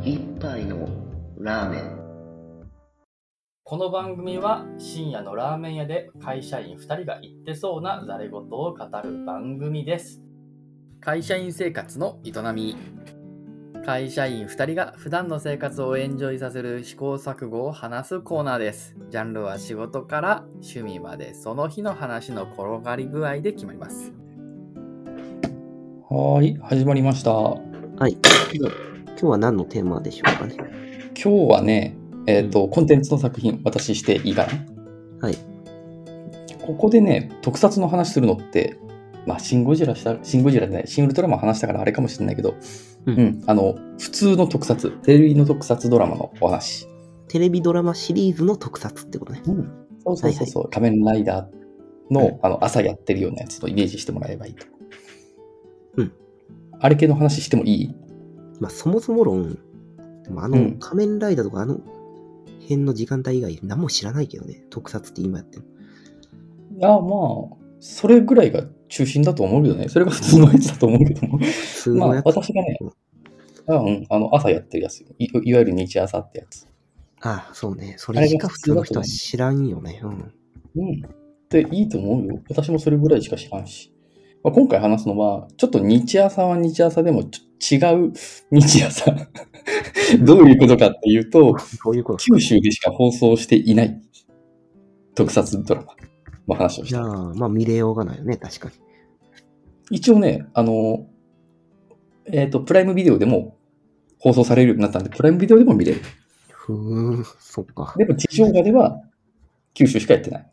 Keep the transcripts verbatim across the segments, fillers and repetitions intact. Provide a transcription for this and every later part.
一杯のラーメン。 この番組は深夜のラーメン屋で会社員ふたりが言ってそうなざれ言を語る番組です。会社員生活の営み。会社員ふたりが普段の生活をエンジョイさせる試行錯誤を話すコーナーです。ジャンルは仕事から趣味までその日の話の転がり具合で決まります。 はーい、始まりました。はい。今日は何のテーマでしょうかね。 今日はね、えっと、コンテンツの作品、私していいかな。 はい。 ここでね、特撮の話するのって、まあ、シンゴジラした、シンゴジラでない、シンウルトラマン話したからあれかもしれないけど、うん、うん、あの、普通の特撮、テレビの特撮ドラマのお話。 テレビドラマシリーズの特撮ってことね。 うん。そうそうそうそう、はいはい、仮面ライダーの、うん、あの、朝やってるようなやつとイメージしてもらえばいいと。 うん。 あれ系の話してもいい？ まあ、そもそも論、でもあの、仮面ライダーとかあの辺の時間帯以外何も知らないけどね、特撮って今やってる。 いや、まあ、それぐらいが中心だと思うけどね。それが普通のやつだと思うけども。まあ、私がね、うん、あの、朝やってるやつい。いわゆる日朝ってやつ。 ああ、そうね。それしか普通の人は知らんよね。うん。 うん。で、いいと思うよ。私もそれぐらいしか知らんし。まあ、今回話すのは、ちょっと日朝は日朝でも違う日朝。どういうことかっていうと、 ういうこと九州でしか放送していない特撮ドラマの話をした。 じゃあ、まあ見れようがないよね、確かに。 一応ね、あの、えっと、プライムビデオでも放送されるようになったんで、プライムビデオでも見れる。 ふーん、そっか。 でも地上波では九州しかやってない。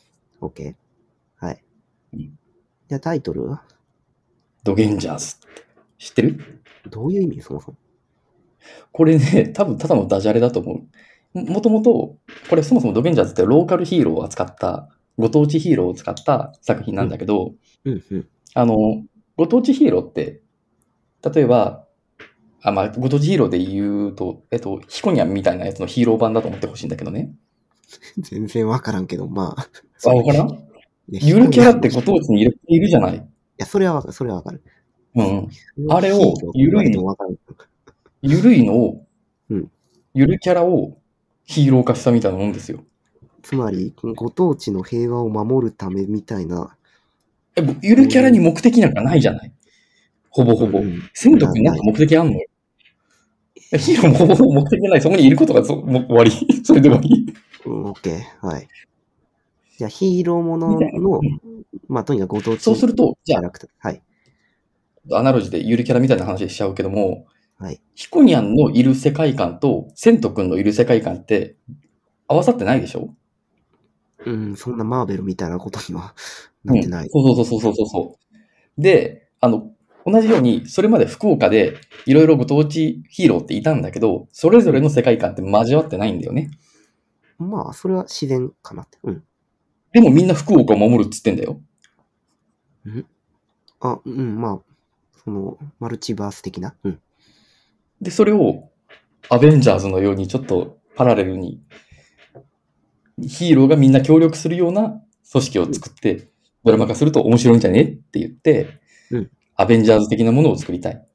OK。はい。 うん、 じゃあタイトルはドゲンジャーズ。知ってる？ どういう意味そもそも。 これね、多分ただのダジャレだと思う。もともと、これそもそもドゲンジャーズってローカルヒーローを扱った、ご当地ヒーローを使った作品なんだけど、 うんうんうん、 あの、ご当地ヒーローって、例えば、あ、まあ、ご当地ヒーローで言うと、えっと、ヒコニャンみたいなやつのヒーロー版だと思ってほしいんだけどね。 全然わからんけど、まあ。 あ、わからん？ゆるキャラってご当地にいるいるじゃない？いや、それはわかる、それはわかる。 うん。あれを、ゆるいの、ゆるいのを、うん、ゆるキャラをヒーロー化したみたいなもんですよ。 つまり、ご当地の平和を守るためみたいな。 え、ゆるキャラに目的なんかないじゃない？ほぼほぼ。うん、戦力になんか目的あんのよ。ヒーローもほぼほぼ目的ない。そこにいることがそもう終わり。それで終わり。 うん、オッケー。はい。じゃあ、ヒーローものの、まあ、とにかくご当地そうすると、じゃあ、 はい。 アナロジーでゆるキャラみたいな話しちゃうけども、 はい。 ヒコニャンのいる世界観とセント君のいる世界観って合わさってないでしょ？ うん、そんなマーベルみたいなことにはなってない。 うん、そうそうそうそうそうそう。で、あの、同じように、それまで福岡でいろいろご当地ヒーローっていたんだけど、それぞれの世界観って交わってないんだよね。 まあ、それは自然かなって。うん。 でもみんな福岡を守るっつってんだよ。 んあ、うん、まあ、その、マルチバース的な。うん。 で、それを、アベンジャーズのようにちょっとパラレルに、ヒーローがみんな協力するような組織を作って、うん、ドラマ化すると面白いんじゃねって言って、 うん、 アベンジャーズ的なものを作りたい。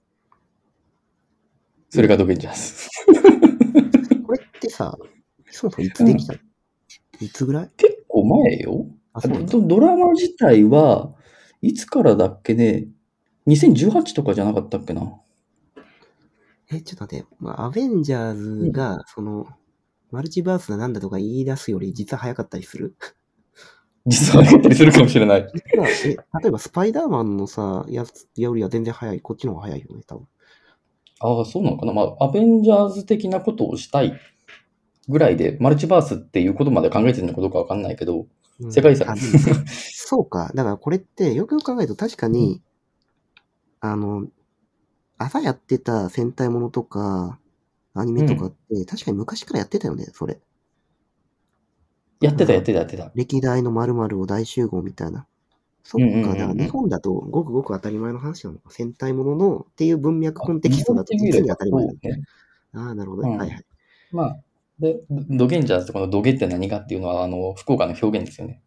それがドベンジャーズ。 これってさ、そもそもいつできたの、うん、いつぐらい？ 結構前よ。あド。ドラマ自体はいつからだっけね。にせんじゅうはちとかじゃなかったっけな。 え、ちょっと待って。まあ、アベンジャーズが、その、うん、マルチバースだなんだとか言い出すより実は早かったりする？ 実は早かったりするかもしれない。 え、例えばスパイダーマンのさ、やつよりは全然早い。こっちの方が早いよね、多分。 ああ、そうなのかな。まあ、アベンジャーズ的なことをしたいぐらいで、マルチバースっていうことまで考えてるのかどうかわかんないけど、うん、世界遺産。 そうか。だからこれってよくよく考えると確かに、うん、あの、朝やってた戦隊ものとか、アニメとかって、うん、確かに昔からやってたよね、それ。 やってた、やってた、やってた。 歴代の〇〇を大集合みたいな。そっか、だから日本だとごくごく当たり前の話なのか。戦隊もののっていう文脈コンテキストだと実に当たり前だ、ね。ああ、なるほどね、うん。はいはい。 まあ、で、ドゲンジャーズってこのドゲって何かっていうのは、あの、福岡の表現ですよね。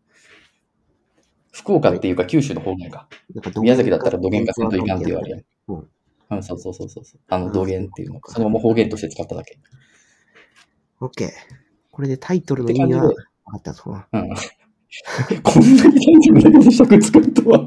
福岡っていうか九州の方言か。宮崎だったらドゲンかせんといかんって言われる。うん。 うん、そうそうそうそう。あの、 あー道元っていうのを、 そうかそのまま方言として使っただけ。 オッケー。これでタイトルのって感じで、 意味は分かったぞ。 うん。こんなにタイトルだけで尺使うとは。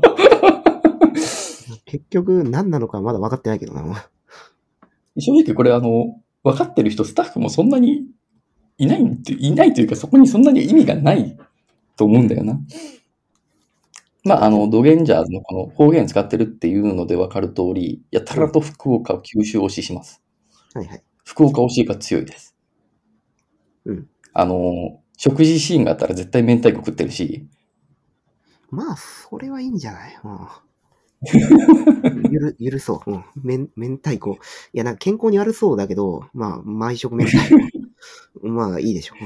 結局何なのかまだ分かってないけどな。 正直これあの、分かってる人、スタッフもそんなにいないって、いないというか、そこにそんなに意味がないと思うんだよな。まあ、あの、ドゲンジャーズのこの方言使ってるっていうので分かる通り、やたらと福岡を九州推しします。 はいはい。 福岡推しが強いです。 うん。 あの、食事シーンがあったら絶対明太子食ってるし、 まあ、それはいいんじゃない、うん、ゆる、ゆるそう。うん。めん、明太子。いや、なんか健康に悪そうだけど、まあ、毎食明太子。まあ、いいでしょ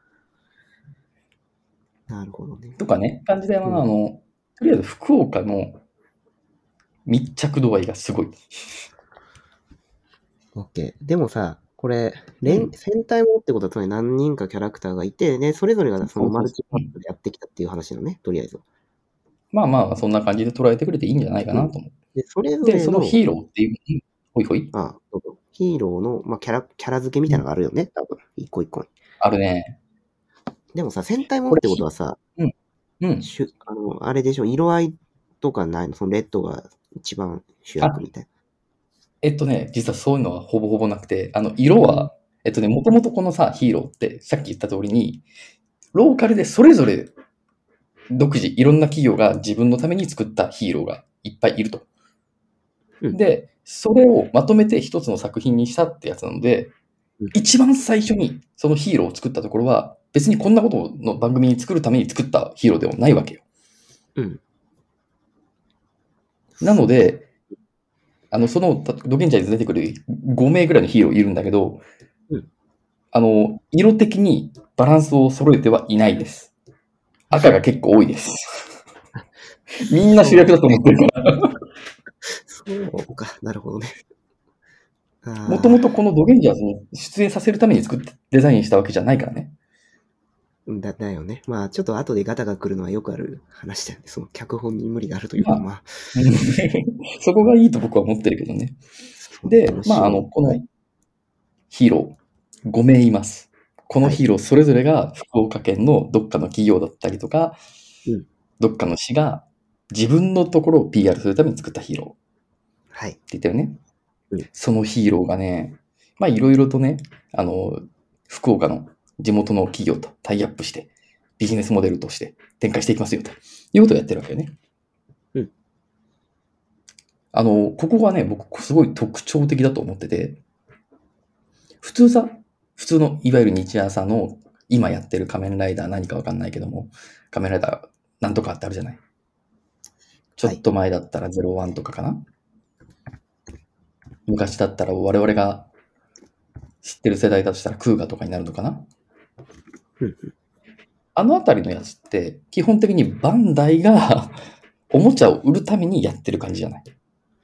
う。なるほどね。 とかね、感じで、まうんあ、あの、とりあえず福岡の密着度合いがすごい。 オッケー。でもさ、これ、連、 うん戦隊ものってことはつまり何人かキャラクターがいて、ね、それぞれがそのそうそうマルチパックでやってきたっていう話のね、とりあえず。 まあまあ、そんな感じで捉えてくれていいんじゃないかなと思で、それう。で、 ぞれの、 そのヒーローっていう、ほいほい、 あどうぞヒーローの、まあ、キャラ、キャラ付けみたいなのがあるよね、多分。一個一個に。 あるね。 でもさ、戦隊ものってことはさ、 うん。 しゅあの、あれでしょ、色合いとかないの、そのレッドが一番主役みたいな。 えっとね、実はそういうのはほぼほぼなくて、あの、色は、えっとね、もともとこのさ、ヒーローって、さっき言った通りに、ローカルでそれぞれ独自、いろんな企業が自分のために作ったヒーローがいっぱいいると。 うんで、それをまとめて一つの作品にしたってやつなので、 うん一番最初にそのヒーローを作ったところは、別にこんなことの番組に作るために作ったヒーローではないわけよ。 うん。 なので、あの、その、たドケンジャーに出てくるごめいぐらいのヒーローいるんだけど、 うんあの、色的にバランスを揃えてはいないです。赤が結構多いです。みんな主役だと思ってるから。 そうか、なるほどね。 もともとこのドゲンジャーズに出演させるために作ってデザインしたわけじゃないからね。 だ、だよね。まあ、ちょっと後でガタが来るのはよくある話だよね。その脚本に無理があるというか、 まあまあ。 そこがいいと僕は思ってるけどね。で、まあ、あの、このヒーロー、ごめいいます。このヒーローそれぞれが福岡県のどっかの企業だったりとか、 うんどっかの市が自分のところを ピーアール するために作ったヒーローはい。 って言ったよね。 うんそのヒーローがね、まあいろいろとね、あの、福岡の地元の企業とタイアップして、ビジネスモデルとして展開していきますよということをやってるわけよね。 うんあの、ここがね、僕すごい特徴的だと思ってて、普通さ、普通のいわゆる日朝の今やってる仮面ライダー何かわかんないけども、仮面ライダーなんとかってあるじゃない。ちょっと前だったらゼロワンとかかな、昔だったら我々が知ってる世代だとしたらクーガとかになるのかな。 うんあのあたりのやつって基本的にバンダイがおもちゃを売るためにやってる感じじゃない。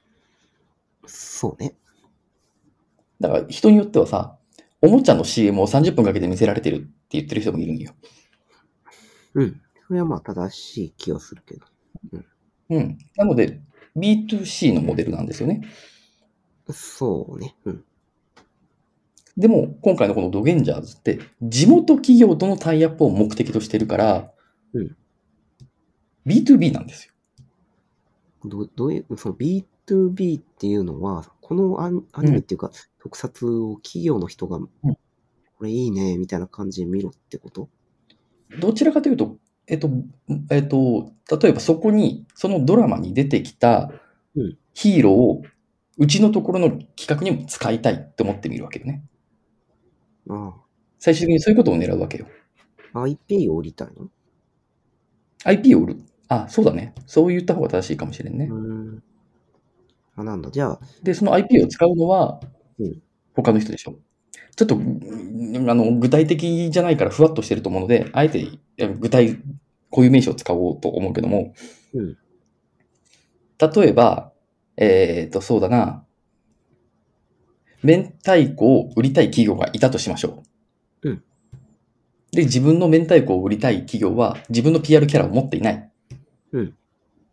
そうね。 だから人によってはさ、おもちゃの シーエム をさんじゅっぷんかけて見せられてるって言ってる人もいるんよ。 うん。それはまあ正しい気はするけど。 うん。なので ビーツーシー のモデルなんですよね。 そうね。うん。 でも今回のこのドゲンジャーズって地元企業とのタイアップを目的としてるから、 うん、 ビーツービー なんですよ。 どどういう、その ビーツービー っていうのは、このアニアニメっていうか、特撮を企業の人が、これいいね、みたいな感じで見ろってこと？ どちらかというと、えっと、えっと、例えばそこに、そのドラマに出てきたうんヒーローを、うちのところの企画にも使いたいって思ってみるわけよね。 あ最終的にそういうことを狙うわけよ。 あ、アイピー を売りたいの？ アイピー を売る。あ、そうだね。そう言った方が正しいかもしれんね。 うーん。あ、なんだ。じゃあ、 で、その アイピー を使うのはうん、 他の人でしょ。ちょっと、うんあの、具体的じゃないからふわっとしてると思うので、あえていや具体、こういう名詞を使おうと思うけども、 うん、 例えば、えっと、そうだな。明太子を売りたい企業がいたとしましょう。 うんで、自分の明太子を売りたい企業は自分の ピーアール キャラを持っていない。 うん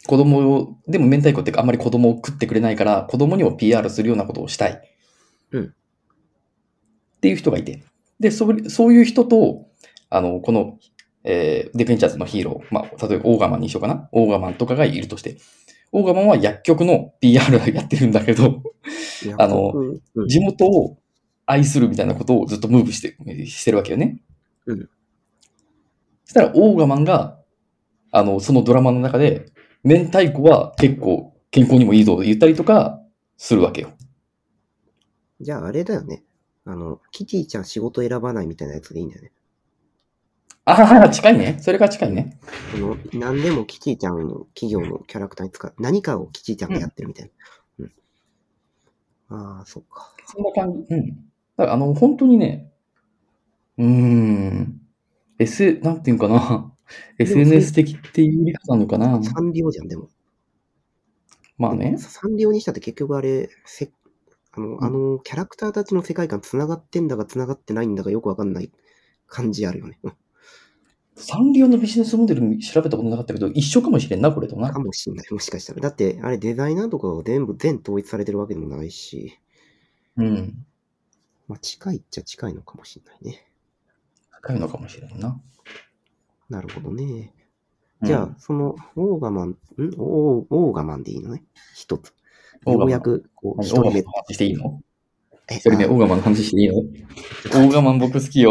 子供を、でも明太子ってあんまり子供を食ってくれないから、子供にも ピーアール するようなことをしたい。 うん。 っていう人がいて。で、そそういう人と、あの、この、えー、デベンチャーズのヒーロー、まあ、例えばオーガマンにしようかな。オーガマンとかがいるとして、オーガマンは薬局の ピーアール をやってるんだけど、あの、 うん、 地元を愛するみたいなことをずっとムーブして、してるわけよね。 うん。 そしたら、オーガマンが、あの、そのドラマの中で、明太子は結構健康にもいいぞと言ったりとかするわけよ。 じゃああれだよね。あの、キティちゃん仕事選ばないみたいなやつでいいんだよね。 ああ、近いね。それが近いね。 その、何でもキティちゃんの企業のキャラクターに使う。何かをキティちゃんがやってるみたいな。うん。うん、ああ、そっか。 そんな感じ。うん。だからあの、本当にね、うーん。S、なんていうかな。エスエヌエス 的っていう理解なのかな。 サンリオじゃん、でも。 まあね。 サンリオにしたって結局あれ、せあの、 うんあの、キャラクターたちの世界観繋がってんだか繋がってないんだかよくわかんない感じあるよね。うんサンリオのビジネスモデル調べたことなかったけど、一緒かもしれんな、これとな。 かもしんない。もしかしたら。だって、あれデザイナーとかが全部全統一されてるわけでもないし、 うん。 まあ近いっちゃ近いのかもしんないね。 高いのかもしれんな。 なるほどね。じゃあ、 うん、 その、オーガマン、んオーオーガマンでいいのね。一つ。 オーガマンようやく、こう、 何一人目オーガマンの。話していいのえ一人目、 あオーガマンの話していいのオーガマン僕好きよ。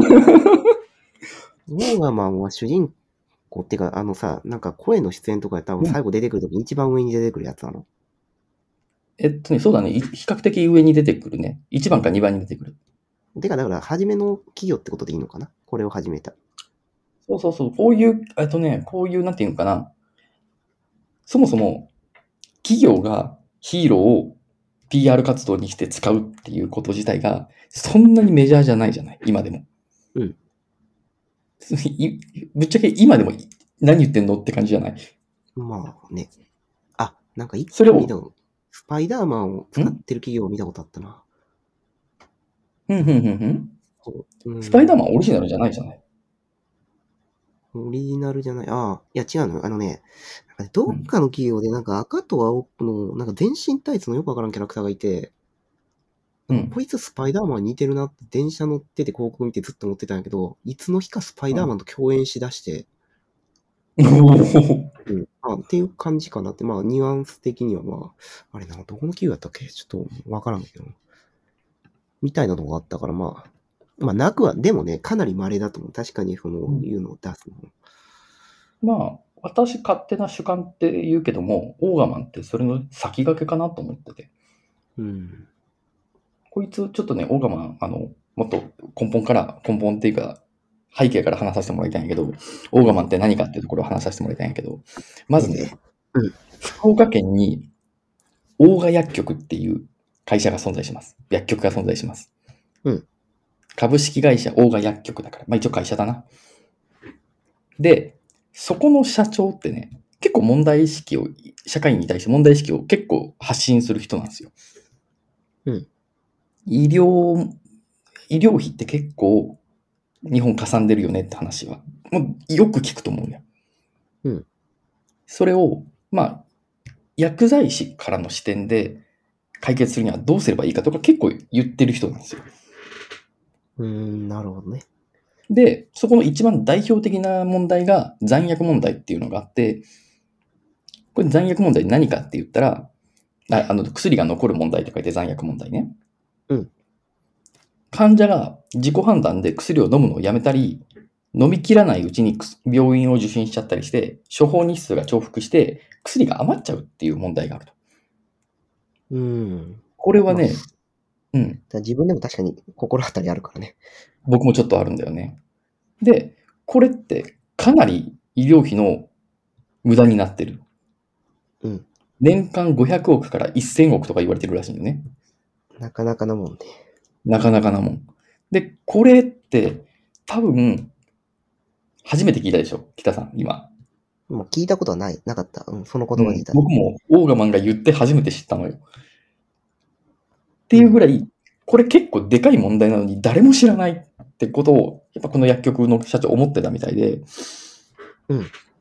オーガマンは主人公ってか、あのさ、なんか声の出演とかで多分最後出てくるときに一番上に出てくるやつなの。 えっとね、そうだね。い比較的上に出てくるね。いちばんかにばんに出てくる。 てか、だから、初めの企業ってことでいいのかなこれを始めた。 そうそうそう。こういう、えっとね、こういう、なんていうのかな。そもそも、企業がヒーローを ピーアール 活動にして使うっていうこと自体が、そんなにメジャーじゃないじゃない今でも。 うん。 いぶっちゃけ今でも何言ってんのって感じじゃないまあね。あ、なんか一それを個見たの。スパイダーマンを使ってる企業を見たことあったな。 うん、うん、うん、うん。 うんスパイダーマンオリジナルじゃないじゃないオリジナルじゃない。ああ、いや違うのよ。あのね、なんかねどっかの企業でなんか赤と青の、なんか全身タイツのよくわからんキャラクターがいて、 うん。 こいつスパイダーマンに似てるなって電車乗ってて広告見てずっと思ってたんやけど、いつの日かスパイダーマンと共演しだして、 おーうん。あ、っていう感じかなって、まあニュアンス的にはまあ、あれな、どこの企業やったっけちょっとわからんけど。みたいなのがあったから、まあ、まあなくは、でもね、かなり稀だと思う。確かにその、 うんいうのを出すの。 まあ、私勝手な主観って言うけども、オーガマンってそれの先駆けかなと思ってて。 うん。 こいつ、ちょっとね、オーガマン、あの、もっと根本から、根本っていうか、背景から話させてもらいたいんやけど、オーガマンって何かっていうところを話させてもらいたいんやけど、まずね、 うん福岡県に、大賀薬局っていう会社が存在します。薬局が存在します。 うん。 株式会社大賀薬局だから、まあ一応会社だな。で、そこの社長ってね、結構問題意識を、社会に対して問題意識を結構発信する人なんですよ。 うん。 医療、医療費って結構日本かさんでるよねって話は、もうよく聞くと思うよ。 うん。 それを、まあ、薬剤師からの視点で解決するにはどうすればいいかとか結構言ってる人なんですよ。 うーん、なるほどね。 で、そこの一番代表的な問題が残薬問題っていうのがあって、これ残薬問題何かって言ったら、ああの薬が残る問題と書いて残薬問題ね。 うん。 患者が自己判断で薬を飲むのをやめたり、飲み切らないうちに病院を受診しちゃったりして、処方日数が重複して薬が余っちゃうっていう問題があると。 うーん。 これはね、うん。 自分でも確かに心当たりあるからね。 僕もちょっとあるんだよね。で、これってかなり医療費の無駄になってる。 うん。 年間ごひゃくおくからせんおくとか言われてるらしいんよね。 なかなかなもんね。 なかなかなもん。で、これって多分、初めて聞いたでしょ北さん、今。 もう聞いたことはない。なかった。うん、その言葉聞いた。 うん、僕もオーガマンが言って初めて知ったのよ。っていうぐらい、これ結構でかい問題なのに誰も知らないってことを、やっぱこの薬局の社長思ってたみたいで、 うん。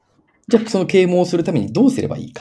じゃあその啓蒙をするためにどうすればいいか。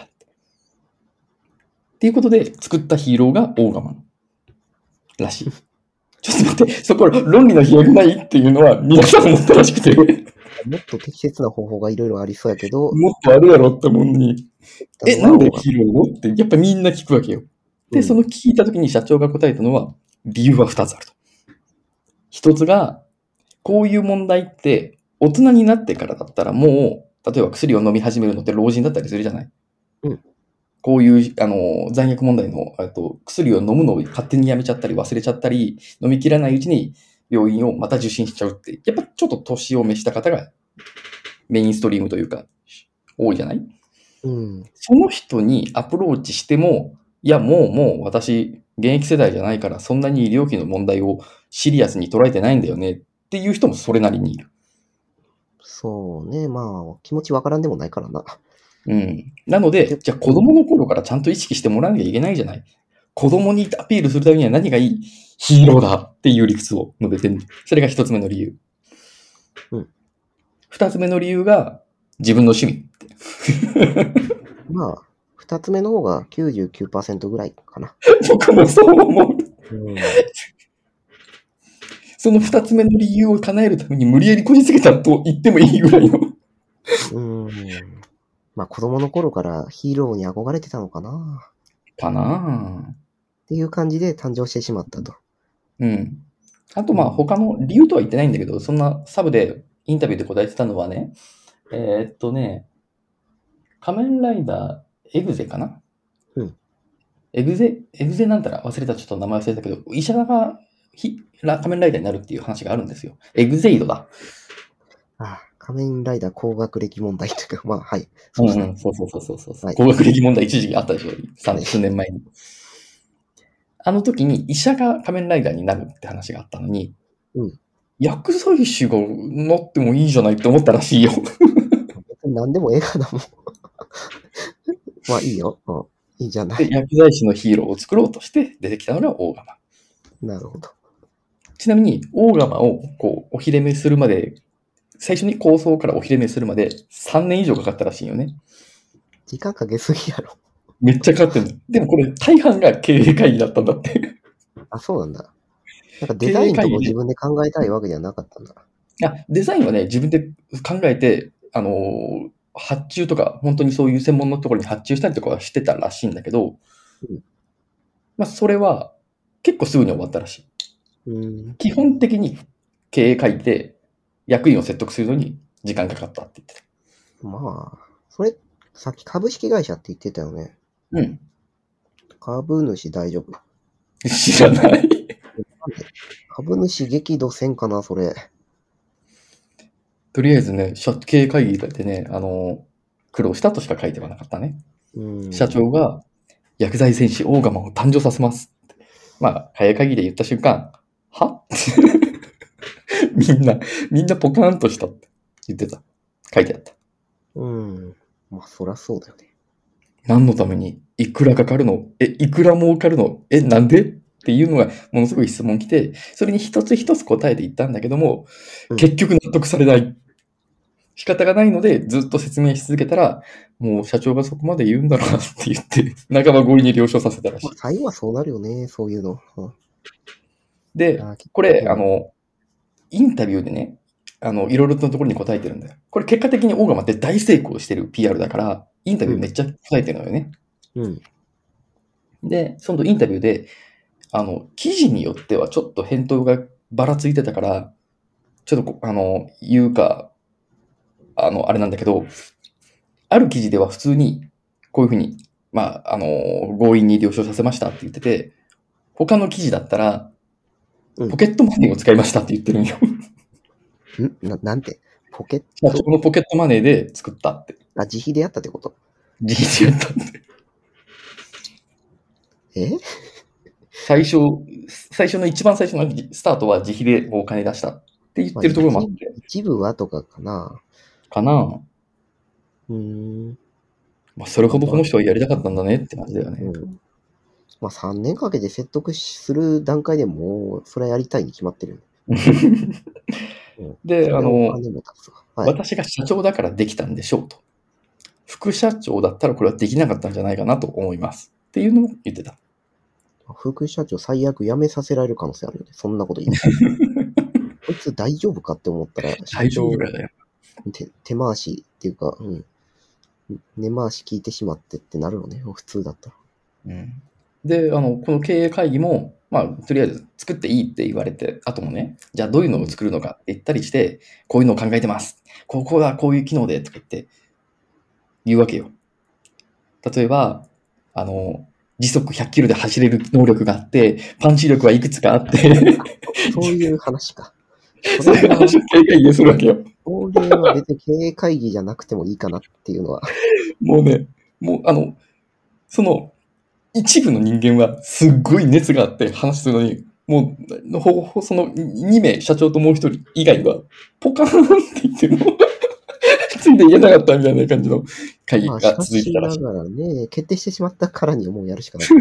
っていうことで作ったヒーローがオーガマンらしい。ちょっと待って、そこ論理の飛躍ないっていうのは皆さん思ったらしくて。 もっと適切な方法がいろいろありそうやけど、 もっとあるやろって思うのに。え、なんでヒーローってやっぱみんな聞くわけよ。で、その聞いたときに社長が答えたのは、理由は二つあると。一つが、こういう問題って、大人になってからだったらもう、例えば薬を飲み始めるのって老人だったりするじゃない、 うん、 こういう、あの、残薬問題の、あと、薬を飲むのを勝手にやめちゃったり忘れちゃったり、飲み切らないうちに病院をまた受診しちゃうって、やっぱちょっと年を召した方がメインストリームというか、多いじゃない、 うん、 その人にアプローチしても、いや、もうもう私、現役世代じゃないから、そんなに医療費の問題をシリアスに捉えてないんだよねっていう人もそれなりにいる。 そうね、まあ、気持ちわからんでもないからな。 うん。なので、じゃあ子供の頃からちゃんと意識してもらわなきゃいけないじゃない。子供にアピールするためには何がいい？ヒーローだっていう理屈を述べてる。それが一つ目の理由。 うん。 二つ目の理由が、自分の趣味。 まあ、二つ目の方が きゅうじゅうきゅうパーセント ぐらいかな。 僕もそう思う。 うん、 その二つ目の理由を叶えるために無理やりこじつけたと言ってもいいぐらいの。 うん。まあ子供の頃からヒーローに憧れてたのかな。 かなぁ。 っていう感じで誕生してしまったと。 うん。あとまあ他の理由とは言ってないんだけど、そんなサブでインタビューで答えてたのはね、えー、っとね、仮面ライダーエグゼかな、 うん。 エグゼ、エグゼなんたら忘れた、ちょっと名前忘れたけど、医者がひラ仮面ライダーになるっていう話があるんですよ。エグゼイドだ。 ああ、仮面ライダー高学歴問題というか、まあ、はい。 そうですね。 んうん、そうそうそうそうそう、 はい。 高学歴問題一時期あったでしょ、さ数年前に。あの時に医者が仮面ライダーになるって話があったのに、 うん。 薬剤師がなってもいいじゃないって思ったらしいよ。 別に何でも映画だもん。まあいいよ。うん、いいじゃなで、 い。 薬剤師のヒーローを作ろうとして出てきたのがオーガマン。 なるほど。 ちなみに、オーガマンをこうお披露目するまで、最初に構想からお披露目するまでさんねん以上かかったらしいよね。 時間かけすぎやろ。 めっちゃかかってるの。でもこれ、大半が経営会議だったんだって。 あ、そうなんだ。なんかデザインとか自分で考えたいわけではなかったんだ。 あ、デザインはね、自分で考えて、あのー、発注とか、本当にそういう専門のところに発注したりとかはしてたらしいんだけど、うん、まあ、それは結構すぐに終わったらしい。うん、基本的に経営会議で役員を説得するのに時間かかったって言ってた。 まあ、それ、さっき株式会社って言ってたよね。 うん。 株主大丈夫？ 知らない。 株主激怒せんかな、それ。 とりあえずね、経営会議でね、あの、苦労したとしか書いてはなかったね。うん、社長が薬剤戦士オーガマンを誕生させます。まあ、経営会議で言った瞬間、はみんな、みんなポカーンとしたって言ってた。書いてあった。 うん。まあ、そりゃそうだよね。 何のためにいくらかかるの？え、いくら儲かるの？え、なんで？っていうのがものすごい質問来て、それに一つ一つ答えていったんだけども、うん、結局納得されない。仕方がないので、ずっと説明し続けたら、もう社長がそこまで言うんだろうなって言って、半ば合意に了承させたらしい。 最後はそうなるよね、そういうの。うん、 で、これ、あの、インタビューでね、あの、いろいろなところに答えてるんだよ。これ結果的にオーガマンって大成功してる ピーアール だから、インタビューめっちゃ答えてるのよね。うん。で、そのインタビューで、あの、記事によってはちょっと返答がばらついてたから、ちょっと、あの、言うか、あの、あれなんだけど、ある記事では普通に、こういうふうに、まあ、あの、強引に了承させましたって言ってて、他の記事だったら、ポケットマネーを使いましたって言ってるんよ。 んななんてポケット社長のポケットマネーで作ったって。 あ、自費でやったってこと？ 自費でやったって。 え最初、最初の一番最初のスタートは自費でお金出したって言ってるところもあって。 まあ、一部はとかかな。 かなうーん。 まあ、それほどこの人はやりたかったんだねって感じだよね。うん、 まあ、さんねんかけて説得する段階でも、それはやりたいに決まってる。 で、あの、 はい、 私が社長だからできたんでしょうと。 副社長だったらこれはできなかったんじゃないかなと思いますっていうのも言ってた。 副社長最悪辞めさせられる可能性あるよね。そんなこと言う。こいつ大丈夫かって思ったら、 大丈夫だよ。 手手回しっていうか、うん。根回し聞いてしまってってなるよね。普通だったら。 うん、で、あの、この経営会議も、まあ、とりあえず作っていいって言われて、あともね、じゃあどういうのを作るのかって言ったりして、こういうのを考えてます。ここだ、こういう機能で、とか言って、言うわけよ。例えば、あの、時速ひゃっキロで走れる能力があって、パンチ力はいくつかあって、 そういう話か。 そういう話を経営会議でするわけよ。 これは別に経営会議じゃなくてもいいかなっていうのは。 もうね、もうあの、その、一部の人間はすっごい熱があって話するのに、もう、ほぼほぼそのに名、社長ともう一人以外は、ポカーンって言っても、ついていけなかったみたいな感じの会議まあ、 がしか続いてたらしい。 しながらね、決定してしまったからにはもうやるしかない。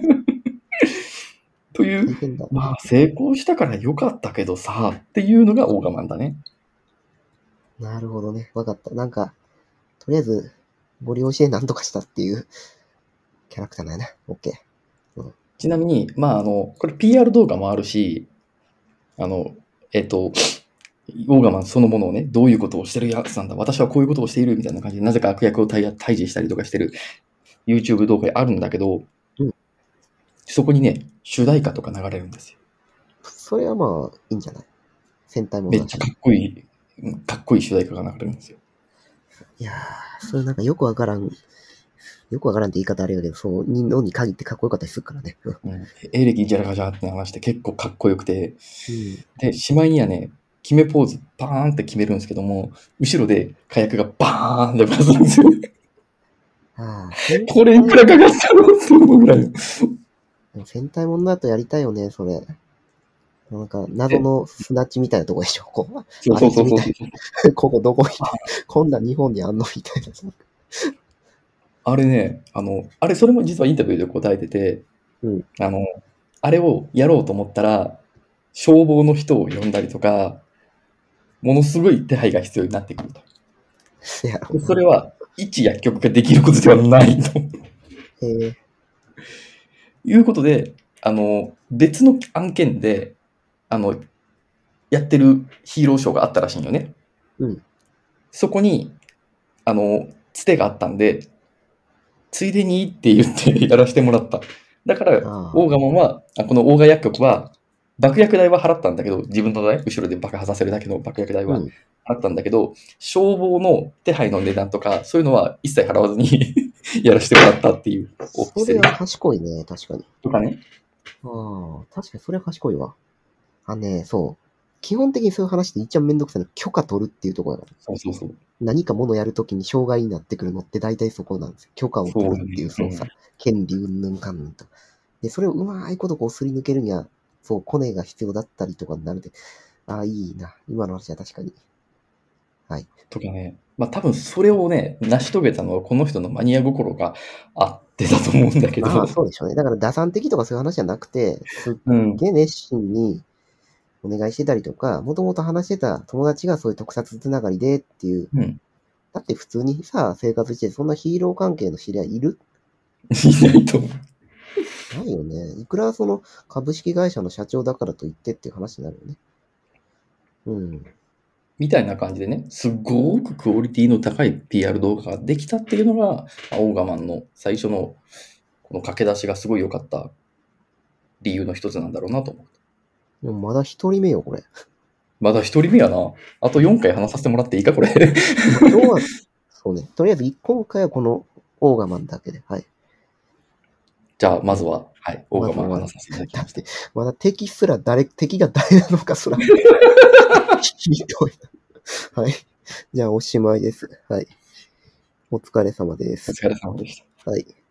という、 大変だ。 まあ成功したからよかったけどさ、っていうのが大我慢だね。 なるほどね。わかった。なんか、とりあえず、ご利用しで何とかしたっていうキャラクターだよね。オッケー。 ちなみに、まああの、これ ピーアール 動画もあるし、あの、えっと、オーガマンそのものをね、どういうことをしてるやつなんだ、私はこういうことをしているみたいな感じで、なぜか悪役を退退治したりとかしてる YouTube 動画あるんだけど、 うん、 そこにね、主題歌とか流れるんですよ。 それはまあ、いいんじゃない？戦隊もめっちゃかっこいい、かっこいい主題歌が流れるんですよ。 いやー、それなんかよくわからん、よくわからんって言い方あれやけど、そう、のに限ってかっこよかったりするからね。 うん、エレキジャラガジャーって話して結構かっこよくて、 うん、 で、しまいにはね、決めポーズ、バーンって決めるんですけども、後ろで火薬がバーンってバズるんですよ。 ああ、 これいくらかかったのって思うぐらい。 戦隊ものだとやりたいよね、それ。なんか、謎のスナッチみたいなとこでしょ、こう。 そうそうそうそう。 ここどこに、こんなん日本にあんのみたいな。 あれね、あの、あれ、それも実はインタビューで答えてて、 うん、 あの、あれをやろうと思ったら、消防の人を呼んだりとか、ものすごい手配が必要になってくると。 いやそれは、一薬局ができることではないと。 えー、 いうことで、あの、別の案件で、あの、やってるヒーローショーがあったらしいんよね。 うん。そこに、あの、つてがあったんで、ついでにって言ってやらせてもらった。だから、オーガマンは、このオーガ薬局は、爆薬代は払ったんだけど、自分のね、後ろで爆破させるだけの爆薬代は払ったんだけど、うん、消防の手配の値段とか、そういうのは一切払わずにやらせてもらったっていう。 それは賢いね、確かに。 とかね。 ああ、確かにそれは賢いわ。あね、そう。基本的にそういう話って一番めんどくさいの許可取るっていうところだから。 そうそうそう。 何かものやるときに障害になってくるのって大体そこなんですよ。許可を取るっていう操作。権利うんぬんかんぬんと。で、それをうまいことこうすり抜けるには、そう、コネが必要だったりとかになるで、ああ、いいな。今の話は確かに。はい。 とかね。まあ多分それをね、成し遂げたのはこの人のマニア心があってだと思うんだけど。 まあそうでしょうね。だから打算的とかそういう話じゃなくて、すっげえ熱心にお願いしてたりとか、もともと話してた友達がそういう特撮つながりでっていう。 うん、 だって普通にさ、生活してそんなヒーロー関係の知り合いいる？ いないと思う。 ないよね。いくらその株式会社の社長だからと言ってっていう話になるよね。うん。 みたいな感じでね、すごくクオリティの高い ピーアール 動画ができたっていうのが、オーガマンの最初のこの駆け出しがすごい良かった理由の一つなんだろうなと思う。 でもまだ一人目よ、これ。 まだ一人目やな。あとよんかい話させてもらっていいか、これ。 今日は、そうね。とりあえず今回はこのオーガマンだけで。はい。 じゃあ、まずは、はい、オーガマンを話させていただきました。 まだ敵すら誰、敵が誰なのかすら。ひどい。はい。じゃあ、おしまいです。はい。お疲れ様です。 お疲れ様でした。 はい。